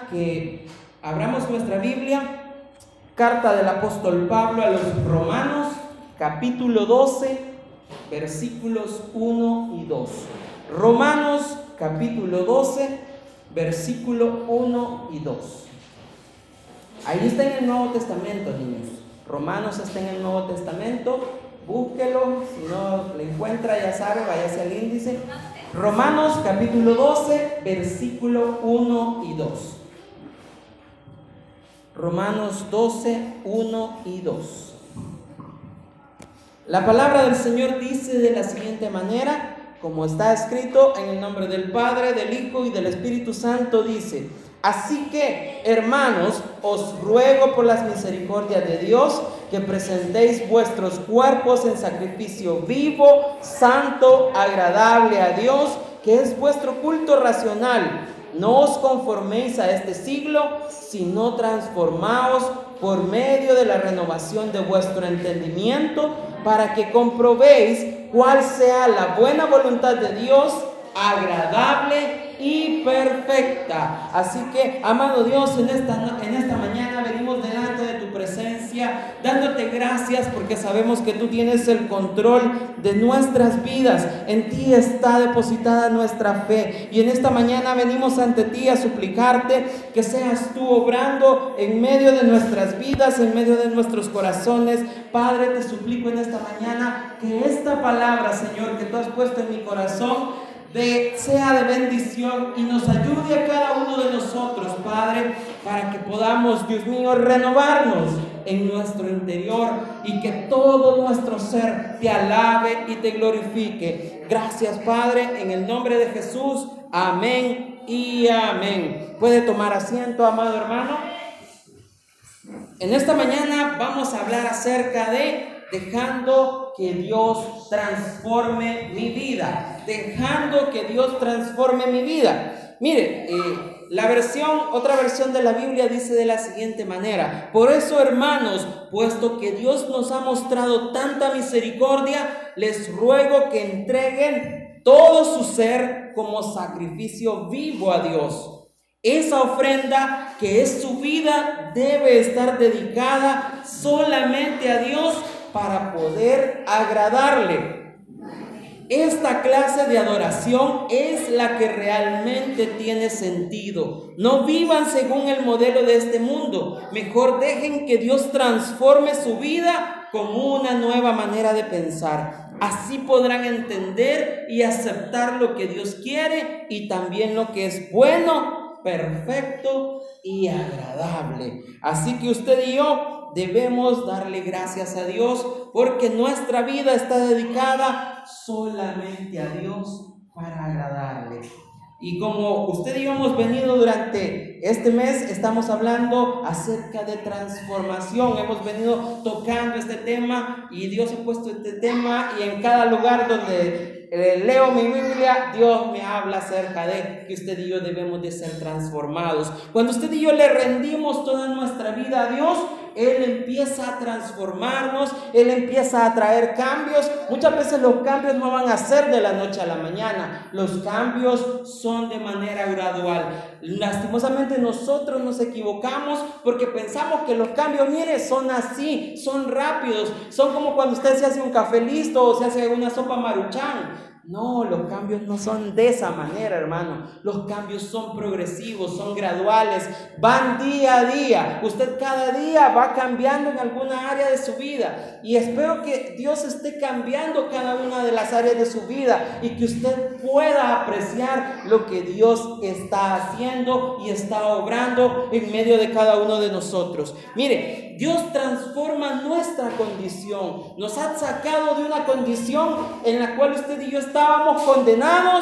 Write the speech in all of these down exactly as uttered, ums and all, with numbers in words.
que abramos nuestra Biblia, carta del apóstol Pablo a los Romanos, capítulo doce, versículos uno y dos. Romanos, capítulo doce, versículo uno y dos. Ahí está en el Nuevo Testamento, niños. Romanos está en el Nuevo Testamento. Búsquelo, si no lo encuentra, ya sabe, váyase al índice. Romanos capítulo doce, versículo uno y dos. Romanos doce, uno y dos. La palabra del Señor dice de la siguiente manera, como está escrito en el nombre del Padre, del Hijo y del Espíritu Santo, dice: así que, hermanos, os ruego por las misericordias de Dios que presentéis vuestros cuerpos en sacrificio vivo, santo, agradable a Dios, que es vuestro culto racional. No os conforméis a este siglo, sino transformaos por medio de la renovación de vuestro entendimiento, para que comprobéis cuál sea la buena voluntad de Dios, agradable y perfecta. Así que, amado Dios, en esta, en esta mañana venimos delante de tu presencia, dándote gracias porque sabemos que tú tienes el control de nuestras vidas. En ti está depositada nuestra fe, y en esta mañana venimos ante ti a suplicarte que seas tú obrando en medio de nuestras vidas, en medio de nuestros corazones. Padre, te suplico en esta mañana que esta palabra, Señor, que tú has puesto en mi corazón, De, sea de bendición y nos ayude a cada uno de nosotros, Padre, para que podamos, Dios mío, renovarnos en nuestro interior y que todo nuestro ser te alabe y te glorifique. Gracias, Padre, en el nombre de Jesús. Amén y amén. Puede tomar asiento, amado hermano. En esta mañana vamos a hablar acerca de dejando que Dios transforme mi vida. Dejando que Dios transforme mi vida. Mire, eh, la versión, otra versión de la Biblia dice de la siguiente manera: por eso, hermanos, puesto que Dios nos ha mostrado tanta misericordia, les ruego que entreguen todo su ser como sacrificio vivo a Dios. Esa ofrenda que es su vida debe estar dedicada solamente a Dios para poder agradarle. Esta clase de adoración es la que realmente tiene sentido. No vivan según el modelo de este mundo. Mejor dejen que Dios transforme su vida con una nueva manera de pensar. Así podrán entender y aceptar lo que Dios quiere y también lo que es bueno, perfecto y agradable. Así que usted y yo debemos darle gracias a Dios porque nuestra vida está dedicada solamente a Dios para agradarle. Y como usted y yo hemos venido durante este mes, estamos hablando acerca de transformación. Hemos venido tocando este tema y Dios ha puesto este tema, y en cada lugar donde eh, leo mi Biblia, Dios me habla acerca de que usted y yo debemos de ser transformados. Cuando usted y yo le rendimos toda nuestra vida a Dios, Él empieza a transformarnos, Él empieza a traer cambios. Muchas veces los cambios no van a ser de la noche a la mañana. Los cambios son de manera gradual. Lastimosamente nosotros nos equivocamos porque pensamos que los cambios, mire, son así, son rápidos. Son como cuando usted se hace un café listo o se hace una sopa Maruchan. No, los cambios no son de esa manera, hermano. Los cambios son progresivos, son graduales, van día a día. Usted cada día va cambiando en alguna área de su vida, y espero que Dios esté cambiando cada una de las áreas de su vida y que usted pueda apreciar lo que Dios está haciendo y está obrando en medio de cada uno de nosotros. Mire, Dios transforma nuestra condición. Nos ha sacado de una condición en la cual usted y yo estábamos condenados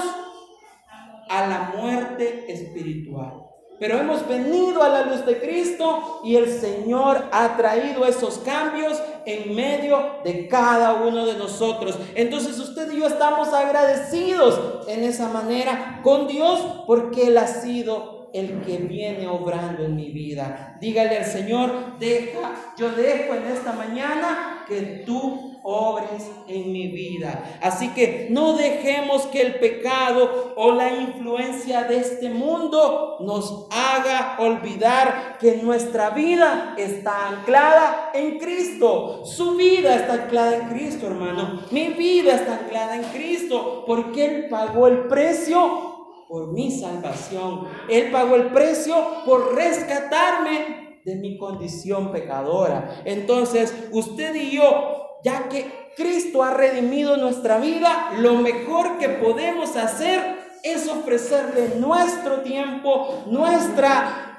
a la muerte espiritual. Pero hemos venido a la luz de Cristo y el Señor ha traído esos cambios en medio de cada uno de nosotros. Entonces usted y yo estamos agradecidos en esa manera con Dios porque Él ha sido el que viene obrando en mi vida. Dígale al Señor: deja, yo dejo en esta mañana que tú obres en mi vida. Así que no dejemos que el pecado o la influencia de este mundo nos haga olvidar que nuestra vida está anclada en Cristo. Su vida está anclada en Cristo, hermano. Mi vida está anclada en Cristo, porque Él pagó el precio por mi salvación. Él pagó el precio por rescatarme de mi condición pecadora. Entonces, usted y yo, ya que Cristo ha redimido nuestra vida, lo mejor que podemos hacer es ofrecerle nuestro tiempo, nuestra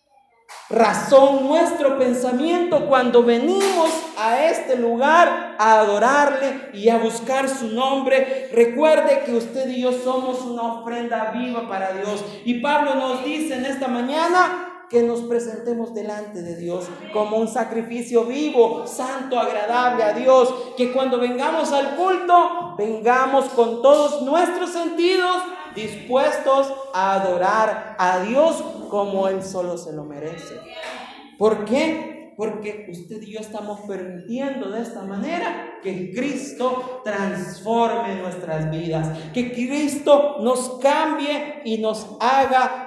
razón, nuestro pensamiento cuando venimos a este lugar a adorarle y a buscar su nombre. Recuerde que usted y yo somos una ofrenda viva para Dios. Y Pablo nos dice en esta mañana que nos presentemos delante de Dios como un sacrificio vivo, santo, agradable a Dios. Que cuando vengamos al culto, vengamos con todos nuestros sentidos dispuestos a adorar a Dios como Él solo se lo merece. ¿Por qué? Porque usted y yo estamos permitiendo de esta manera que Cristo transforme nuestras vidas, que Cristo nos cambie y nos haga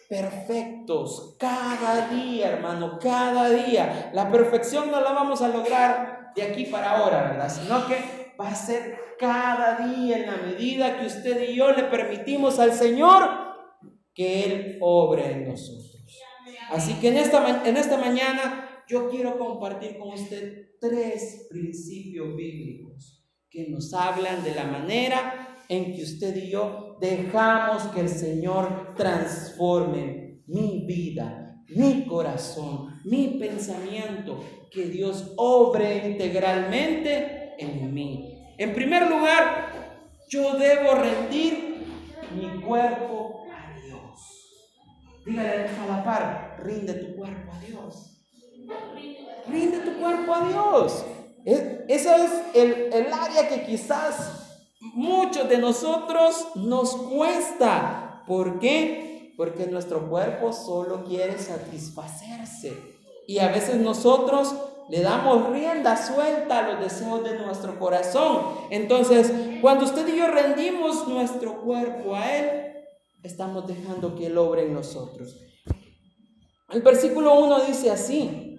perfectos cada día, hermano, cada día. La perfección no la vamos a lograr de aquí para ahora, ¿verdad? Sino que va a ser cada día en la medida que usted y yo le permitimos al Señor que Él obre en nosotros. Así que en esta, en esta mañana yo quiero compartir con usted tres principios bíblicos que nos hablan de la manera en que usted y yo dejamos que el Señor transforme mi vida, mi corazón, mi pensamiento, que Dios obre integralmente en mí. En primer lugar, yo debo rendir mi cuerpo a Dios. Dígale a la par, rinde tu cuerpo a Dios. Rinde tu cuerpo a Dios. Esa es el, el área que quizás muchos de nosotros nos cuesta. ¿Por qué? Porque nuestro cuerpo solo quiere satisfacerse. Y a veces nosotros le damos rienda suelta a los deseos de nuestro corazón. Entonces, cuando usted y yo rendimos nuestro cuerpo a Él, estamos dejando que Él obre en nosotros. El versículo uno dice así: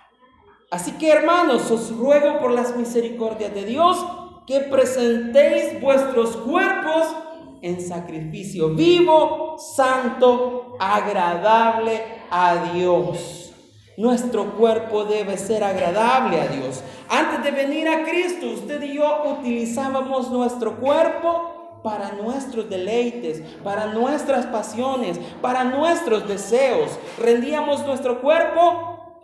así que, hermanos, os ruego por las misericordias de Dios que presentéis vuestros cuerpos en sacrificio vivo, santo, agradable a Dios. Nuestro cuerpo debe ser agradable a Dios. Antes de venir a Cristo, usted y yo utilizábamos nuestro cuerpo para nuestros deleites, para nuestras pasiones, para nuestros deseos. Rendíamos nuestro cuerpo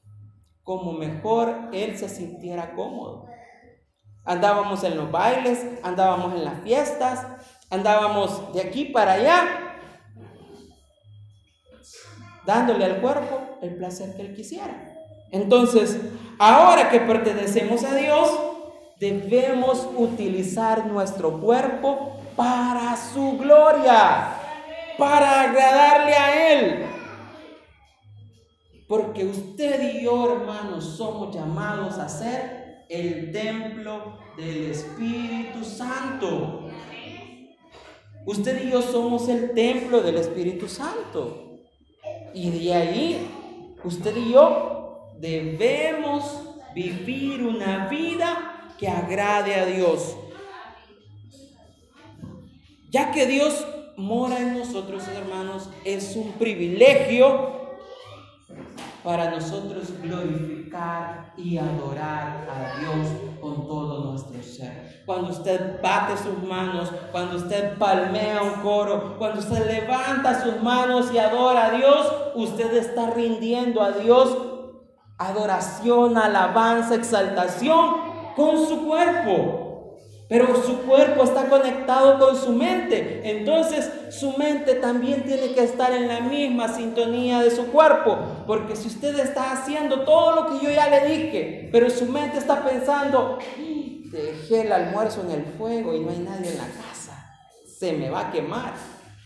como mejor Él se sintiera cómodo. Andábamos en los bailes, andábamos en las fiestas, andábamos de aquí para allá, dándole al cuerpo el placer que Él quisiera. Entonces, ahora que pertenecemos a Dios, debemos utilizar nuestro cuerpo para su gloria, para agradarle a Él. Porque usted y yo, hermanos, somos llamados a ser el templo del Espíritu Santo. Usted y yo somos el templo del Espíritu Santo. Y de ahí, usted y yo debemos vivir una vida que agrade a Dios. Ya que Dios mora en nosotros, hermanos, es un privilegio para nosotros glorificar y adorar a Dios con todo nuestro ser. Cuando usted bate sus manos, cuando usted palmea un coro, cuando usted levanta sus manos y adora a Dios, usted está rindiendo a Dios adoración, alabanza, exaltación con su cuerpo. Pero su cuerpo está conectado con su mente. Entonces su mente también tiene que estar en la misma sintonía de su cuerpo. Porque si usted está haciendo todo lo que yo ya le dije, pero su mente está pensando: dejé el almuerzo en el fuego y no hay nadie en la casa, se me va a quemar.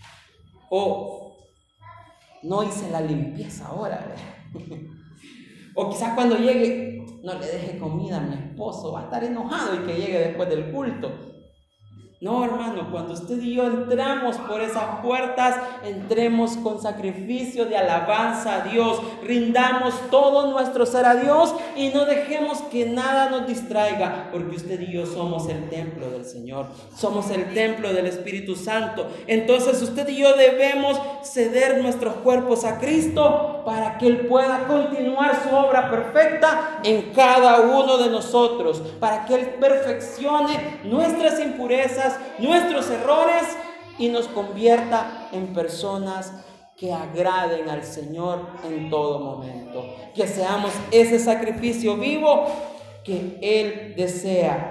O no hice la limpieza ahora. O quizás cuando llegue, no le deje comida a mi esposo, va a estar enojado y que llegue después del culto. No, hermano, cuando usted y yo entramos por esas puertas, entremos con sacrificio de alabanza a Dios, rindamos todo nuestro ser a Dios y no dejemos que nada nos distraiga, porque usted y yo somos el templo del Señor, somos el templo del Espíritu Santo. Entonces usted y yo debemos ceder nuestros cuerpos a Cristo para que Él pueda continuar su obra perfecta en cada uno de nosotros, para que Él perfeccione nuestras impurezas, nuestros errores y nos convierta en personas que agraden al Señor en todo momento. Que seamos ese sacrificio vivo que Él desea.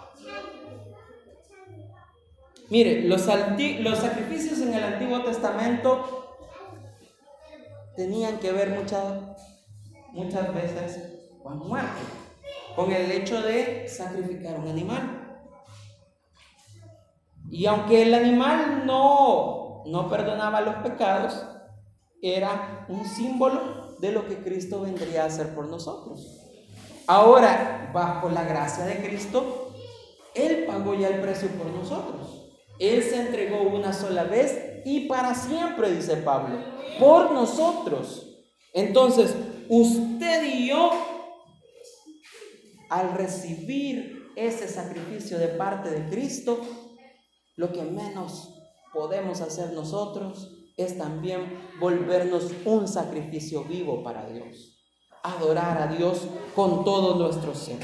Mire, los, alti- los sacrificios en el Antiguo Testamento tenían que ver muchas, muchas veces con muerte, con el hecho de sacrificar un animal. Y aunque el animal no, no perdonaba los pecados, era un símbolo de lo que Cristo vendría a hacer por nosotros. Ahora, bajo la gracia de Cristo, Él pagó ya el precio por nosotros. Él se entregó una sola vez y para siempre, dice Pablo, por nosotros. Entonces, usted y yo, al recibir ese sacrificio de parte de Cristo, lo que menos podemos hacer nosotros es también volvernos un sacrificio vivo para Dios. Adorar a Dios con todo nuestro ser.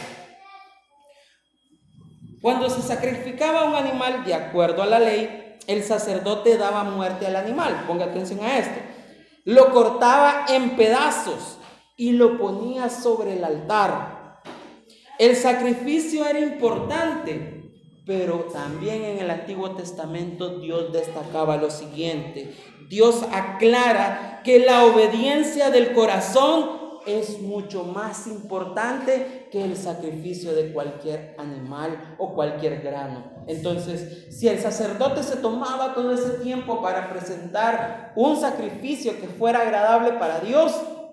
Cuando se sacrificaba un animal de acuerdo a la ley, el sacerdote daba muerte al animal. Ponga atención a esto. Lo cortaba en pedazos y lo ponía sobre el altar. El sacrificio era importante. Pero también en el Antiguo Testamento Dios destacaba lo siguiente. Dios aclara que la obediencia del corazón es mucho más importante que el sacrificio de cualquier animal o cualquier grano. Entonces, si el sacerdote se tomaba todo ese tiempo para presentar un sacrificio que fuera agradable para Dios,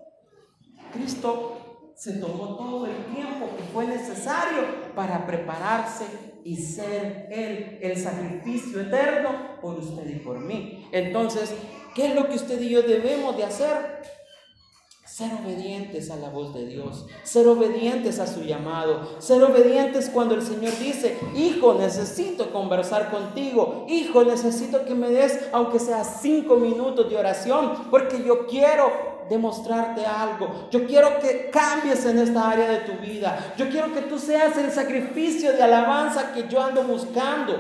Cristo se tomó todo el tiempo que fue necesario para prepararse y ser Él el sacrificio eterno por usted y por mí. Entonces, ¿qué es lo que usted y yo debemos de hacer? Ser obedientes a la voz de Dios, ser obedientes a su llamado, ser obedientes cuando el Señor dice: hijo, necesito conversar contigo, hijo, necesito que me des aunque sea cinco minutos de oración, porque yo quiero demostrarte algo, yo quiero que cambies en esta área de tu vida, yo quiero que tú seas el sacrificio de alabanza que yo ando buscando.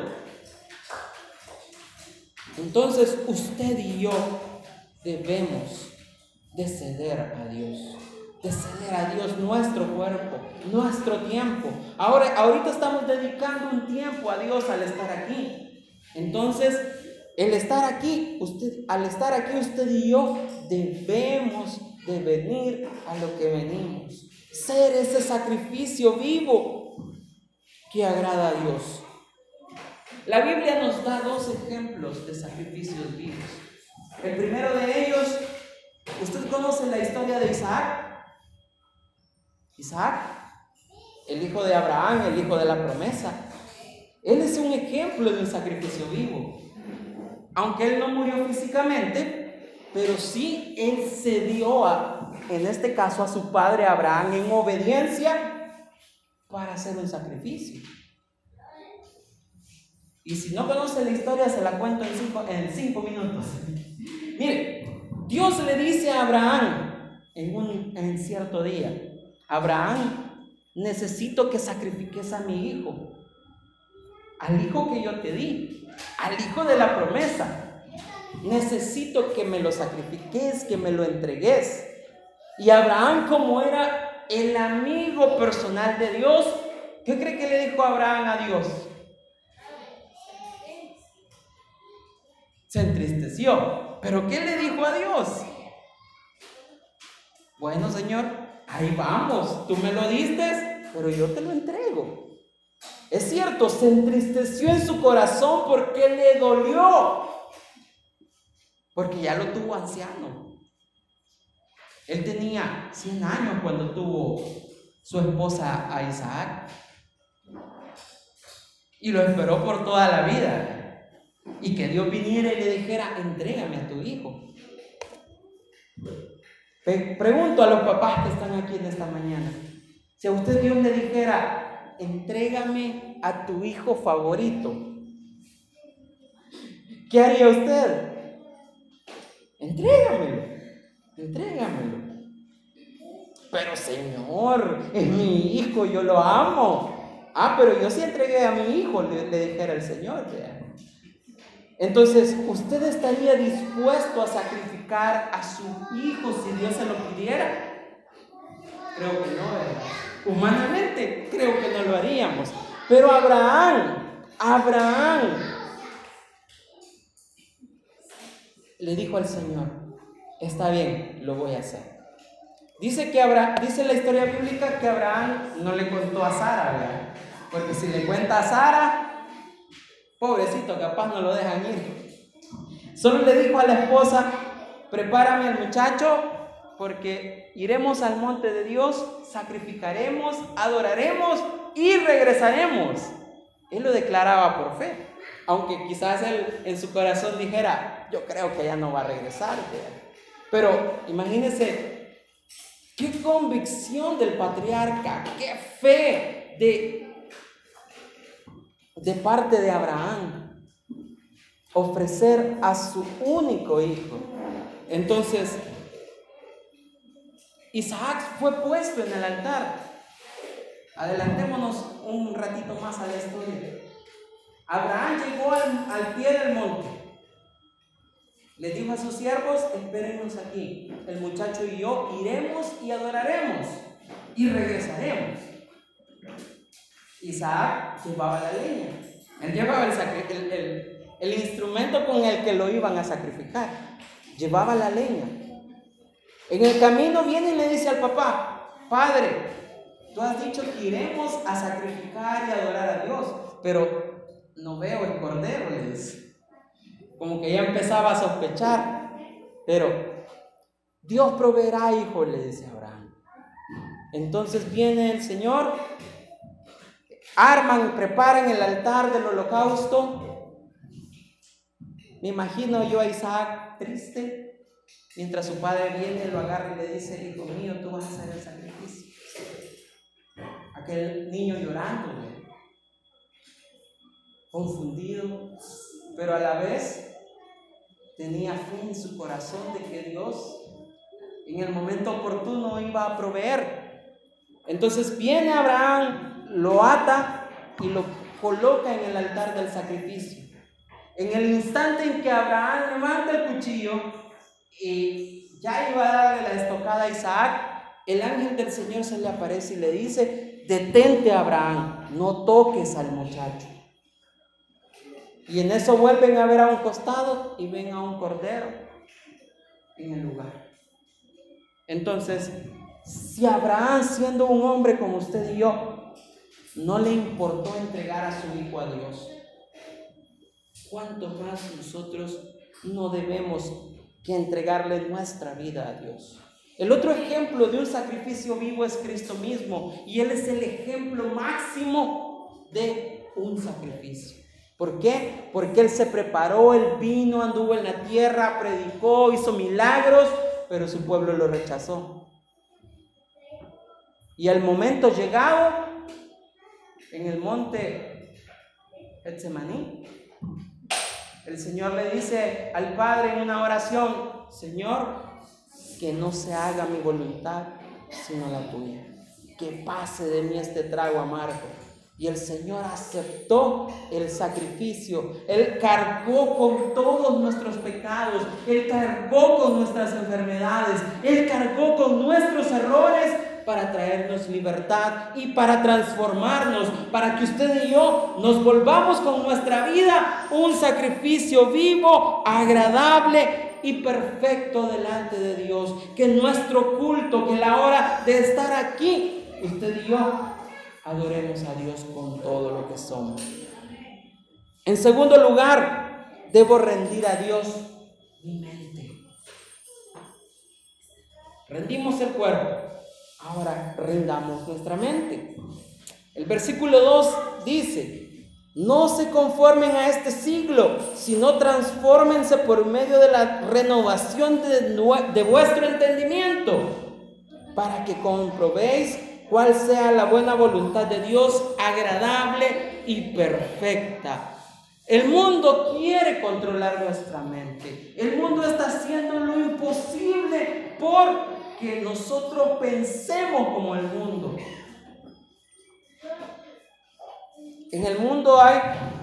Entonces usted y yo debemos de ceder a Dios, de ceder a Dios nuestro cuerpo, nuestro tiempo. Ahora, ahorita estamos dedicando un tiempo a Dios al estar aquí. Entonces, el estar aquí, usted, al estar aquí usted y yo debemos de venir a lo que venimos, ser ese sacrificio vivo que agrada a Dios. La Biblia nos da dos ejemplos de sacrificios vivos. El primero de ellos, ¿usted conoce la historia de Isaac? Isaac, el hijo de Abraham, el hijo de la promesa. Él es un ejemplo de un sacrificio vivo. Aunque él no murió físicamente, pero sí él se dio, a, en este caso a su padre Abraham, en obediencia para hacer un sacrificio. Y si no conoce la historia, se la cuento en cinco, en cinco minutos. Mire, Dios le dice a Abraham en, un, en cierto día: Abraham, necesito que sacrifiques a mi hijo, al hijo que yo te di, al hijo de la promesa. Necesito que me lo sacrifiques, que me lo entregues. Y Abraham, como era el amigo personal de Dios, ¿qué cree que le dijo Abraham a Dios? Se entristeció. ¿Pero qué le dijo a Dios? Bueno, Señor, ahí vamos, tú me lo diste, pero yo te lo entrego. Es cierto, se entristeció en su corazón porque le dolió, porque ya lo tuvo anciano. Él tenía cien años cuando tuvo su esposa a Isaac. Y lo esperó por toda la vida. Y que Dios viniera y le dijera, entrégame a tu hijo. Pregunto a los papás que están aquí en esta mañana, si a usted Dios le dijera, entrégame a tu hijo favorito, ¿qué haría usted? Entrégamelo, entrégamelo. Pero Señor, es mi hijo, yo lo amo. Ah, pero yo sí entregué a mi hijo, le, le dijera el Señor. ¿Vea? Entonces, ¿usted estaría dispuesto a sacrificar a su hijo si Dios se lo pidiera? Creo que no, ¿verdad? Humanamente, creo que no lo haríamos. Pero Abraham, Abraham, le dijo al Señor, está bien, lo voy a hacer. Dice que Abraham, dice la historia bíblica que Abraham no le contó a Sara, ¿verdad? Porque si le cuenta a Sara, pobrecito, capaz no lo dejan ir. Solo le dijo a la esposa, prepárame al muchacho, porque iremos al monte de Dios, sacrificaremos, adoraremos y regresaremos. Él lo declaraba por fe, aunque quizás él en su corazón dijera, yo creo que ya no va a regresar. Pero imagínense, qué convicción del patriarca, qué fe de, de parte de Abraham, ofrecer a su único hijo. Entonces, Isaac fue puesto en el altar. Adelantémonos un ratito más a la historia. Abraham llegó al, al pie del monte. Le dijo a sus siervos, espérennos aquí. El muchacho y yo iremos y adoraremos y regresaremos. Isaac llevaba la leña. Él llevaba el, sacri- el, el, el instrumento con el que lo iban a sacrificar. Llevaba la leña. En el camino viene y le dice al papá, padre, tú has dicho que iremos a sacrificar y adorar a Dios, pero no veo el cordero, le dice. Como que ya empezaba a sospechar, pero Dios proveerá, hijo, le dice Abraham. Entonces viene el Señor, arman y preparan el altar del holocausto. Me imagino yo a Isaac triste, mientras su padre viene, lo agarra y le dice, hijo mío, tú vas a hacer el sacrificio. Aquel niño llorando, confundido, pero a la vez tenía fe en su corazón de que Dios en el momento oportuno iba a proveer. Entonces viene Abraham, lo ata y lo coloca en el altar del sacrificio. En el instante en que Abraham levanta el cuchillo y ya iba a darle la estocada a Isaac, el ángel del Señor se le aparece y le dice, detente, Abraham, no toques al muchacho. Y en eso vuelven a ver a un costado y ven a un cordero en el lugar. Entonces, si Abraham, siendo un hombre como usted y yo, no le importó entregar a su hijo a Dios, ¿cuánto más nosotros no debemos que entregarle nuestra vida a Dios? El otro ejemplo de un sacrificio vivo es Cristo mismo, y Él es el ejemplo máximo de un sacrificio. ¿Por qué? Porque Él se preparó, Él vino, anduvo en la tierra, predicó, hizo milagros, pero su pueblo lo rechazó. Y al momento llegado, en el monte Getsemaní, el Señor le dice al Padre en una oración, Señor, que no se haga mi voluntad, sino la tuya. Que pase de mí este trago amargo. Y el Señor aceptó el sacrificio. Él cargó con todos nuestros pecados. Él cargó con nuestras enfermedades. Él cargó con nuestros errores para traernos libertad y para transformarnos, para que usted y yo nos volvamos con nuestra vida un sacrificio vivo, agradable y perfecto delante de Dios. Que nuestro culto, que la hora de estar aquí, usted y yo adoremos a Dios con todo lo que somos. En segundo lugar, debo rendir a Dios mi mente. rendimos el cuerpo, ahora rendamos nuestra mente. El versículo dos dice: no se conformen a este siglo, sino transfórmense por medio de la renovación de, de vuestro entendimiento, para que comprobéis cuál sea la buena voluntad de Dios, agradable y perfecta. El mundo quiere controlar nuestra mente. El mundo está haciendo lo imposible porque nosotros pensemos como el mundo. En el mundo hay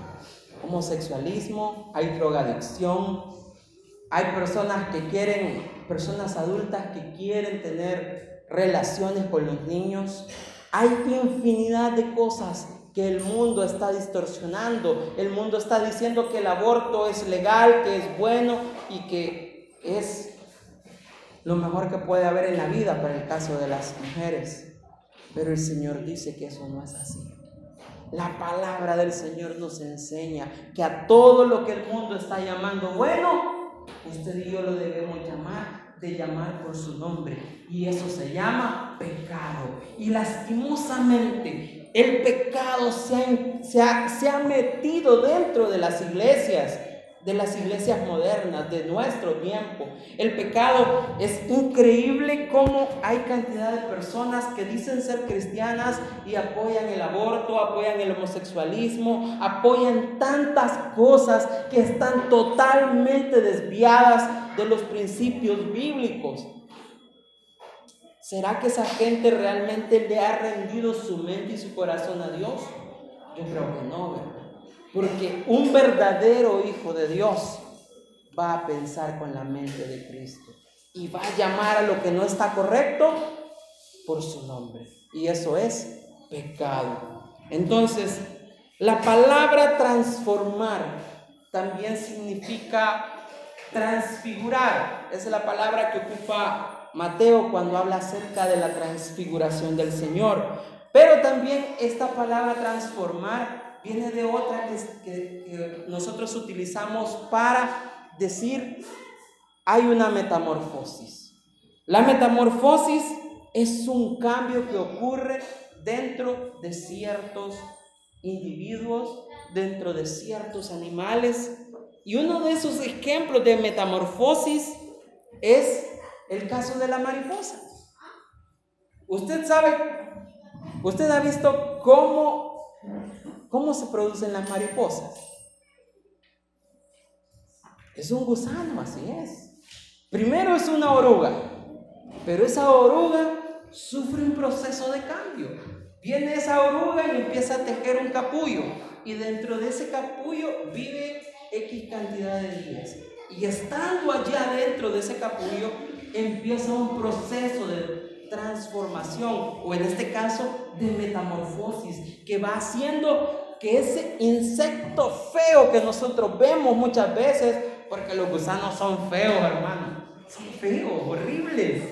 homosexualismo, hay drogadicción, hay personas que quieren, personas adultas que quieren tener relaciones con los niños. Hay infinidad de cosas que el mundo está distorsionando. El mundo está diciendo que el aborto es legal, que es bueno y que es lo mejor que puede haber en la vida para el caso de las mujeres. Pero el Señor dice que eso no es así. La palabra del Señor nos enseña que a todo lo que el mundo está llamando bueno, usted y yo lo debemos llamar, de llamar por su nombre. Y eso se llama pecado. Y lastimosamente el pecado se ha, se ha, se ha metido dentro de las iglesias, de las iglesias modernas, de nuestro tiempo. El pecado, es increíble cómo hay cantidad de personas que dicen ser cristianas y apoyan el aborto, apoyan el homosexualismo, apoyan tantas cosas que están totalmente desviadas de los principios bíblicos. ¿Será que esa gente realmente le ha rendido su mente y su corazón a Dios? Yo creo que no, ¿verdad? Porque un verdadero hijo de Dios va a pensar con la mente de Cristo y va a llamar a lo que no está correcto por su nombre. Y eso es pecado. Entonces, la palabra transformar también significa transfigurar. Esa es la palabra que ocupa Mateo cuando habla acerca de la transfiguración del Señor. Pero también esta palabra transformar viene de otra que, que, que nosotros utilizamos para decir hay una metamorfosis. La metamorfosis es un cambio que ocurre dentro de ciertos individuos, dentro de ciertos animales. Y uno de esos ejemplos de metamorfosis es el caso de la mariposa. Usted sabe, usted ha visto cómo ¿Cómo se producen las mariposas? Es un gusano, así es. Primero es una oruga, pero esa oruga sufre un proceso de cambio. Viene esa oruga y empieza a tejer un capullo, y dentro de ese capullo vive X cantidad de días. Y estando allá dentro de ese capullo, empieza un proceso de transformación, o en este caso de metamorfosis, que va haciendo que ese insecto feo que nosotros vemos muchas veces, porque los gusanos son feos, hermano, son feos, horribles.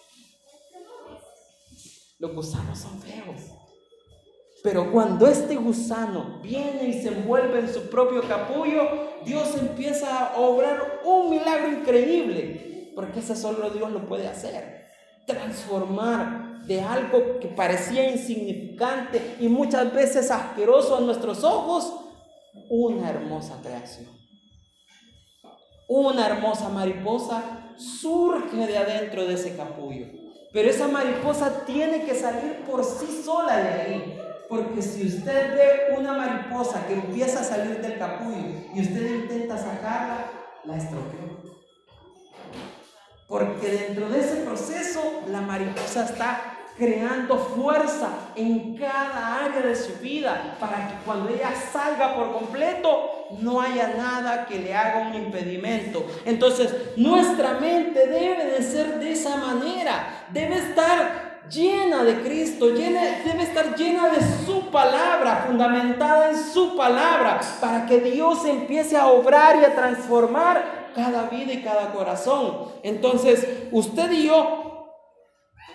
Los gusanos son feos. Pero cuando este gusano viene y se envuelve en su propio capullo, Dios empieza a obrar un milagro increíble, porque ese solo Dios lo puede hacer. Transformar de algo que parecía insignificante y muchas veces asqueroso a nuestros ojos, una hermosa creación. Una hermosa mariposa surge de adentro de ese capullo. Pero esa mariposa tiene que salir por sí sola de ahí. Porque si usted ve una mariposa que empieza a salir del capullo y usted intenta sacarla, la estropea. Porque dentro de ese proceso la mariposa está creando fuerza en cada área de su vida para que cuando ella salga por completo no haya nada que le haga un impedimento. Entonces nuestra mente debe de ser de esa manera, debe estar llena de Cristo, llena, debe estar llena de su palabra, fundamentada en su palabra, para que Dios empiece a obrar y a transformar cada vida y cada corazón. Entonces usted y yo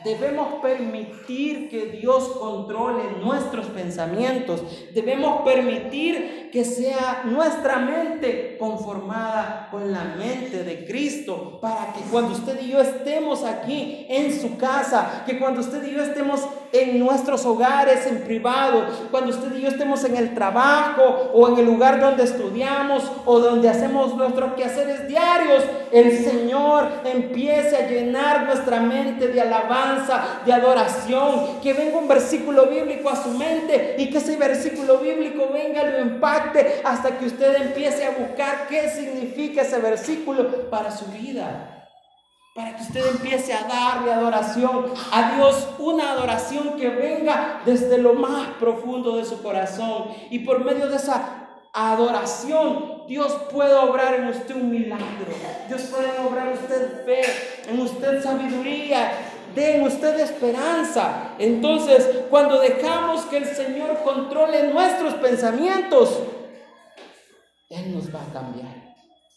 Debemos permitir que Dios controle nuestros pensamientos. Debemos permitir que sea nuestra mente conformada con la mente de Cristo, para que cuando usted y yo estemos aquí en su casa, que cuando usted y yo estemos en nuestros hogares en privado, cuando usted y yo estemos en el trabajo o en el lugar donde estudiamos o donde hacemos nuestros quehaceres diarios, el Señor empiece a llenar nuestra mente de alabanza, de adoración, que venga un versículo bíblico a su mente y que ese versículo bíblico venga y lo impacte hasta que usted empiece a buscar qué significa ese versículo para su vida. Para que usted empiece a darle adoración a Dios, una adoración que venga desde lo más profundo de su corazón. Y por medio de esa adoración, Dios puede obrar en usted un milagro. Dios puede obrar en usted fe, en usted sabiduría, de en usted esperanza. Entonces, cuando dejamos que el Señor controle nuestros pensamientos, Él nos va a cambiar.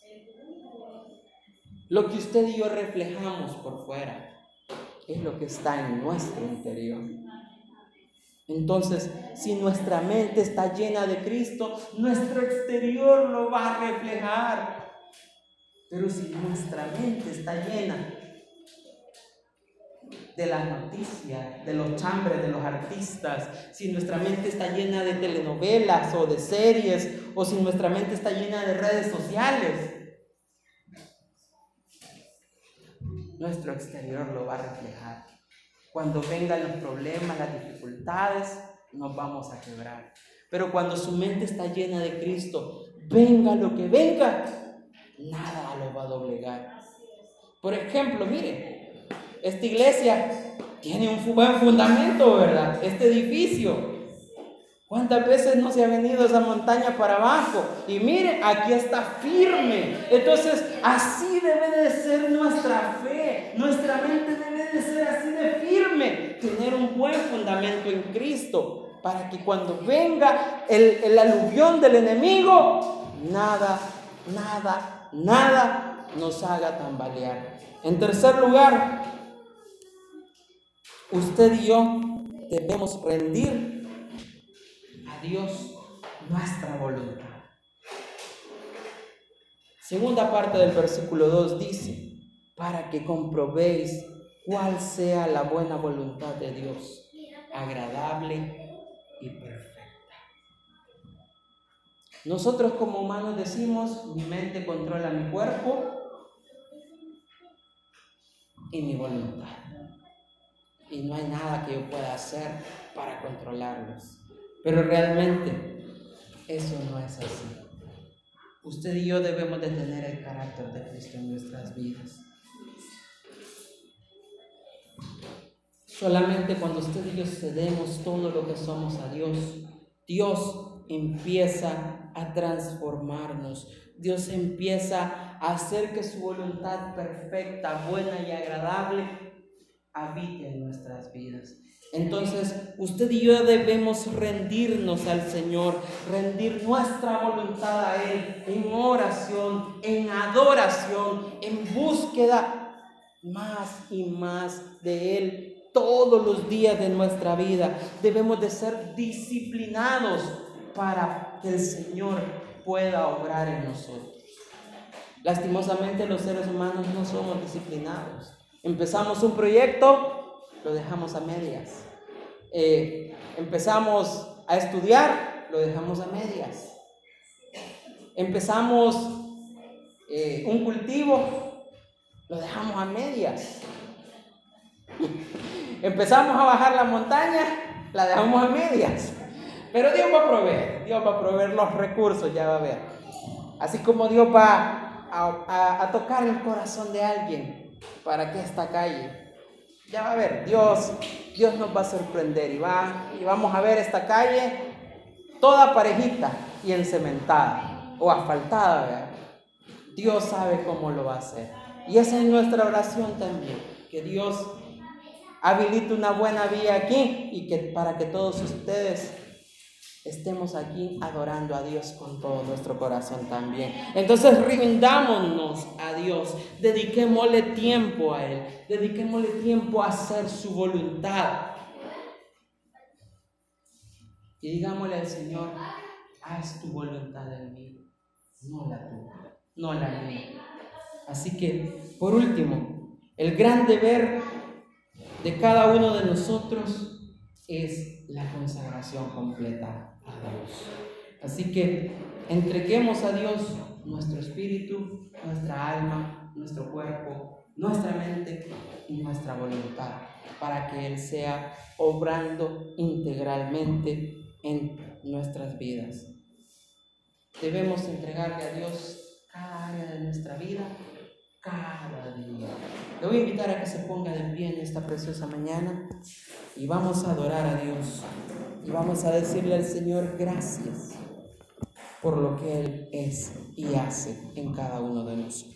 Lo que usted y yo reflejamos por fuera es lo que está en nuestro interior. Entonces, si nuestra mente está llena de Cristo, nuestro exterior lo va a reflejar. Pero si nuestra mente está llena de las noticias, de los chambres, de los artistas, si nuestra mente está llena de telenovelas o de series, o si nuestra mente está llena de redes sociales, nuestro exterior lo va a reflejar. Cuando vengan los problemas, las dificultades, nos vamos a quebrar. Pero cuando su mente está llena de Cristo, venga lo que venga, nada lo va a doblegar. Por ejemplo, mire, esta iglesia tiene un buen fundamento, ¿verdad? Este edificio. ¿Cuántas veces no se ha venido esa montaña para abajo? Y mire, aquí está firme. Entonces, así debe de ser nuestra fe. Nuestra mente debe de ser así de firme. Tener un buen fundamento en Cristo, para que cuando venga el, el aluvión del enemigo, nada, nada, nada nos haga tambalear. En tercer lugar, usted y yo debemos rendir Dios nuestra voluntad. Segunda parte del versículo dos dice: para que comprobéis cuál sea la buena voluntad de Dios, agradable y perfecta. Nosotros como humanos decimos: mi mente controla mi cuerpo y mi voluntad, y no hay nada que yo pueda hacer para controlarlos. Pero realmente eso no es así. Usted y yo debemos de tener el carácter de Cristo en nuestras vidas. Solamente cuando usted y yo cedemos todo lo que somos a Dios, Dios empieza a transformarnos. Dios empieza a hacer que su voluntad perfecta, buena y agradable habite en nuestras vidas. Entonces, usted y yo debemos rendirnos al Señor, rendir nuestra voluntad a Él en oración, en adoración, en búsqueda más y más de Él todos los días de nuestra vida. Debemos de ser disciplinados para que el Señor pueda obrar en nosotros. Lastimosamente, los seres humanos no somos disciplinados. Empezamos un proyecto, lo dejamos a medias. Eh, empezamos a estudiar, lo dejamos a medias. Empezamos eh, un cultivo, lo dejamos a medias. Empezamos a bajar la montaña, la dejamos a medias. Pero Dios va a proveer, Dios va a proveer los recursos, ya va a ver. Así como Dios va a, a, a tocar el corazón de alguien para que esta calle, ya va a ver, Dios, Dios nos va a sorprender y, va, y vamos a ver esta calle toda parejita y encementada o asfaltada, ¿verdad? Dios sabe cómo lo va a hacer. Y esa es nuestra oración también, que Dios habilite una buena vía aquí y que para que todos ustedes estemos aquí adorando a Dios con todo nuestro corazón también. Entonces rindámonos a Dios, dediquémosle tiempo a Él, dediquémosle tiempo a hacer su voluntad. Y digámosle al Señor, haz tu voluntad en mí, no la tuya, no la mía. Así que, por último, el gran deber de cada uno de nosotros es la consagración completa a Dios. Así que entreguemos a Dios nuestro espíritu, nuestra alma, nuestro cuerpo, nuestra mente y nuestra voluntad, para que Él sea obrando integralmente en nuestras vidas. Debemos entregarle a Dios cada área de nuestra vida, cada día. Le voy a invitar a que se ponga de pie en esta preciosa mañana y vamos a adorar a Dios y vamos a decirle al Señor gracias por lo que Él es y hace en cada uno de nosotros.